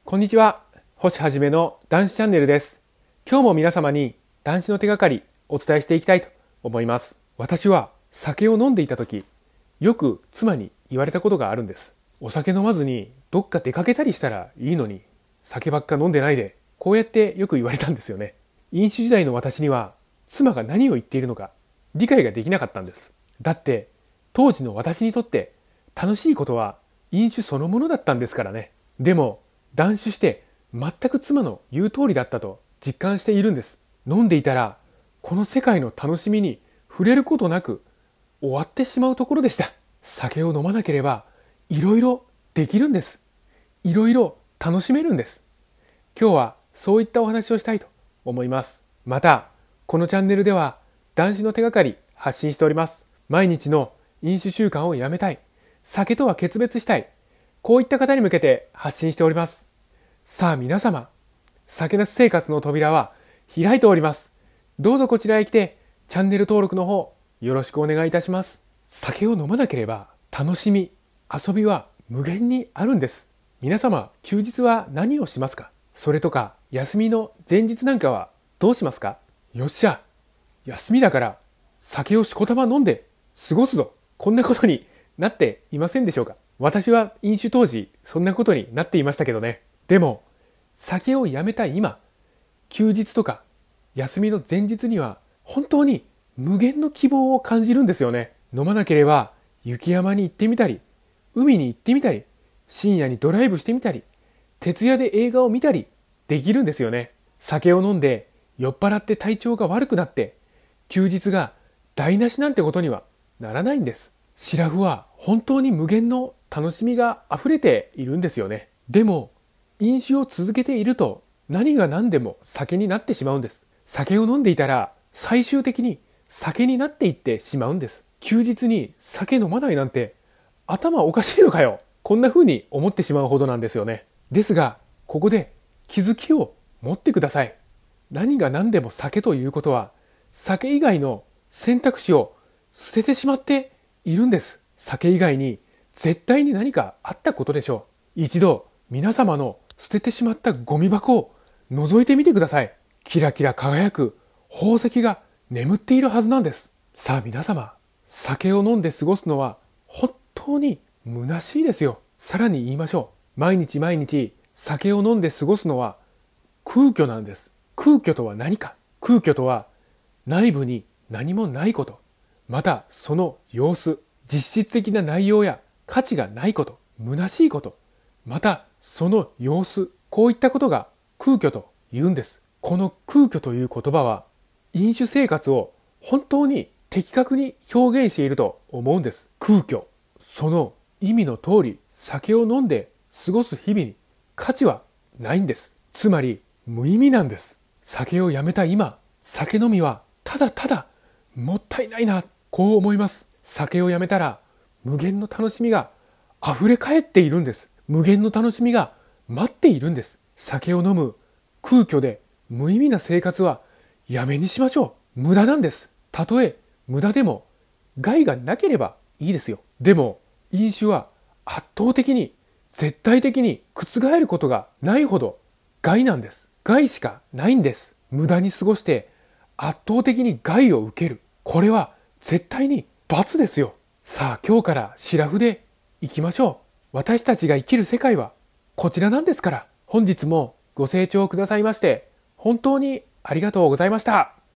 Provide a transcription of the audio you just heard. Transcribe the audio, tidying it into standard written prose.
こんにちは。星はじめの男子チャンネルです。今日も皆様に男子の手がかりお伝えしていきたいと思います。私は酒を飲んでいた時、よく妻に言われたことがあるんです。お酒飲まずにどっか出かけたりしたらいいのに、酒ばっか飲んでないで、こうやってよく言われたんですよね。飲酒時代の私には妻が何を言っているのか理解ができなかったんです。だって当時の私にとって楽しいことは飲酒そのものだったんですからね。でも断酒して全く妻の言う通りだったと実感しているんです。飲んでいたらこの世界の楽しみに触れることなく終わってしまうところでした。酒を飲まなければいろいろできるんです。いろいろ楽しめるんです。今日はそういったお話をしたいと思います。またこのチャンネルでは男子の手がかり発信しております。毎日の飲酒習慣をやめたい、酒とは決別したい、こういった方に向けて発信しております。さあ皆様、酒なし生活の扉は開いております。どうぞこちらへ来てチャンネル登録の方よろしくお願いいたします。酒を飲まなければ楽しみ、遊びは無限にあるんです。皆様、休日は何をしますか？それとか休みの前日なんかはどうしますか？よっしゃ、休みだから酒をしこたま飲んで過ごすぞ、こんなことになっていませんでしょうか？私は飲酒当時そんなことになっていましたけどね。でも酒をやめた今、休日とか休みの前日には本当に無限の希望を感じるんですよね。飲まなければ雪山に行ってみたり、海に行ってみたり、深夜にドライブしてみたり、徹夜で映画を見たりできるんですよね。酒を飲んで酔っ払って体調が悪くなって休日が台無しなんてことにはならないんです。シラフは本当に無限の楽しみが溢れているんですよね。でも飲酒を続けていると何が何でも酒になってしまうんです。酒を飲んでいたら最終的に酒になっていってしまうんです。休日に酒飲まないなんて頭おかしいのかよ、こんな風に思ってしまうほどなんですよね。ですがここで気づきを持ってください。何が何でも酒ということは酒以外の選択肢を捨ててしまっているんです。酒以外に絶対に何かあったことでしょう。一度皆様の捨ててしまったゴミ箱を覗いてみてください。キラキラ輝く宝石が眠っているはずなんです。さあ皆様、酒を飲んで過ごすのは本当に虚しいですよ。さらに言いましょう。毎日毎日酒を飲んで過ごすのは空虚なんです。空虚とは何か。空虚とは内部に何もないこと、またその様子、実質的な内容や価値がないこと、虚しいこと、またその様子、こういったことが空虚と言うんです。この空虚という言葉は飲酒生活を本当に的確に表現していると思うんです。空虚、その意味の通り酒を飲んで過ごす日々に価値はないんです。つまり無意味なんです。酒をやめた今、酒飲みはただただもったいないな、こう思います。酒をやめたら無限の楽しみが溢れ返っているんです。無限の楽しみが待っているんです。酒を飲む空虚で無意味な生活はやめにしましょう。無駄なんです。たとえ無駄でも害がなければいいですよ。でも飲酒は圧倒的に絶対的に覆ることがないほど害なんです。害しかないんです。無駄に過ごして圧倒的に害を受ける。これは絶対に罰ですよ。さあ今日からシラフでいきましょう。私たちが生きる世界はこちらなんですから。本日もご清聴くださいまして本当にありがとうございました。